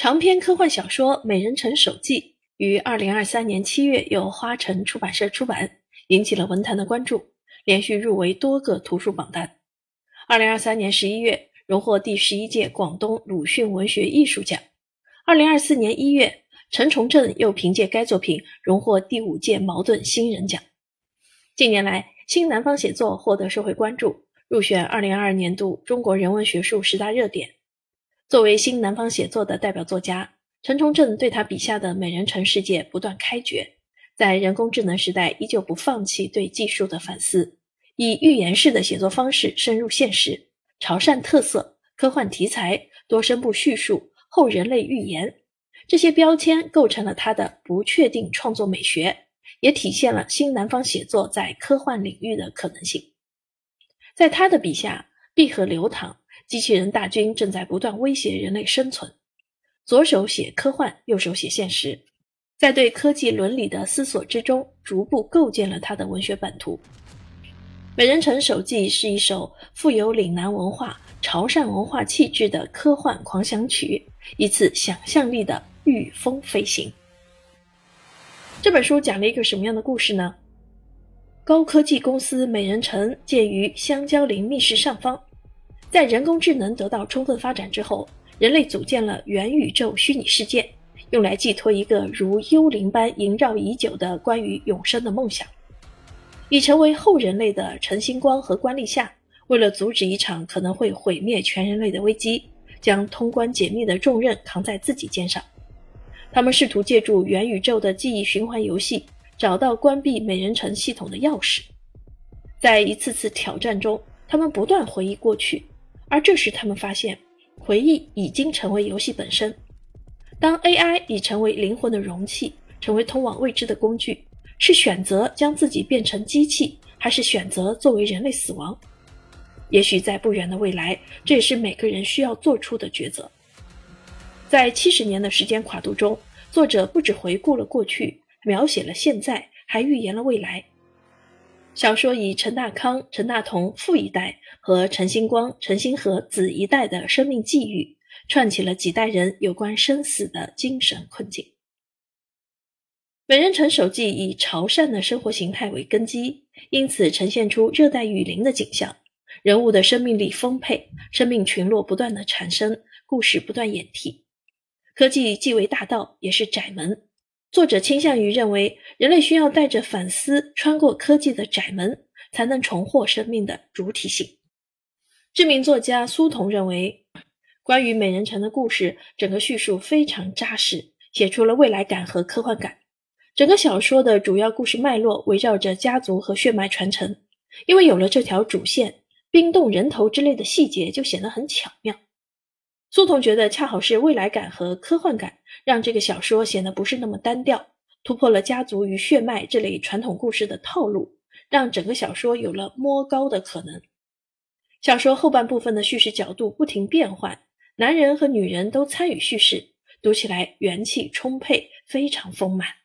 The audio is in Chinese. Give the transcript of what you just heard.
长篇科幻小说《美人城手记》于2023年7月由花城出版社出版，引起了文坛的关注，连续入围多个图书榜单。2023年11月荣获第11届广东鲁迅文学艺术奖。2024年1月，陈崇正又凭借该作品荣获第5届茅盾新人奖。近年来，新南方写作获得社会关注，入选2022年度中国人文学术10大热点。作为新南方写作的代表作家，陈崇正对他笔下的美人城世界不断开掘，在人工智能时代依旧不放弃对技术的反思，以寓言式的写作方式深入现实，潮汕特色、科幻题材、多声部叙述、后人类寓言，这些标签构成了他的不确定创作美学，也体现了新南方写作在科幻领域的可能性。在他的笔下，碧河流淌，机器人大军正在不断威胁人类生存。左手写科幻，右手写现实，在对科技伦理的思索之中，逐步构建了他的文学版图。美人城手记是一首富有岭南文化、潮汕文化气质的科幻狂想曲，一次想象力的御风飞行。这本书讲了一个什么样的故事呢？高科技公司美人城建于香蕉林密室上方，在人工智能得到充分发展之后，人类组建了元宇宙虚拟世界，用来寄托一个如幽灵般萦绕已久的关于永生的梦想。已成为后人类的陈星光和关丽夏，为了阻止一场可能会毁灭全人类的危机，将通关解密的重任扛在自己肩上。他们试图借助元宇宙的记忆循环游戏，找到关闭美人城系统的钥匙。在一次次挑战中，他们不断回忆过去，而这时他们发现，回忆已经成为游戏本身。当 AI 已成为灵魂的容器，成为通往未知的工具，是选择将自己变成机器，还是选择作为人类死亡？也许在不远的未来，这也是每个人需要做出的抉择。在70年的时间跨度中，作者不只回顾了过去，描写了现在，还预言了未来。小说以陈大康、陈大同父一代和陈星光、陈星河子一代的生命际遇，串起了几代人有关生死的精神困境。美人城手记以潮汕的生活形态为根基，因此呈现出热带雨林的景象，人物的生命力丰沛，生命群落不断的产生，故事不断演替。科技既为大道，也是窄门。作者倾向于认为，人类需要带着反思穿过科技的窄门，才能重获生命的主体性。知名作家苏童认为，关于美人城的故事，整个叙述非常扎实，写出了未来感和科幻感。整个小说的主要故事脉络围绕着家族和血脉传承，因为有了这条主线，冰冻人头之类的细节就显得很巧妙。苏童觉得恰好是未来感和科幻感让这个小说显得不是那么单调，突破了家族与血脉这类传统故事的套路，让整个小说有了摸高的可能。小说后半部分的叙事角度不停变换，男人和女人都参与叙事，读起来元气充沛，非常丰满。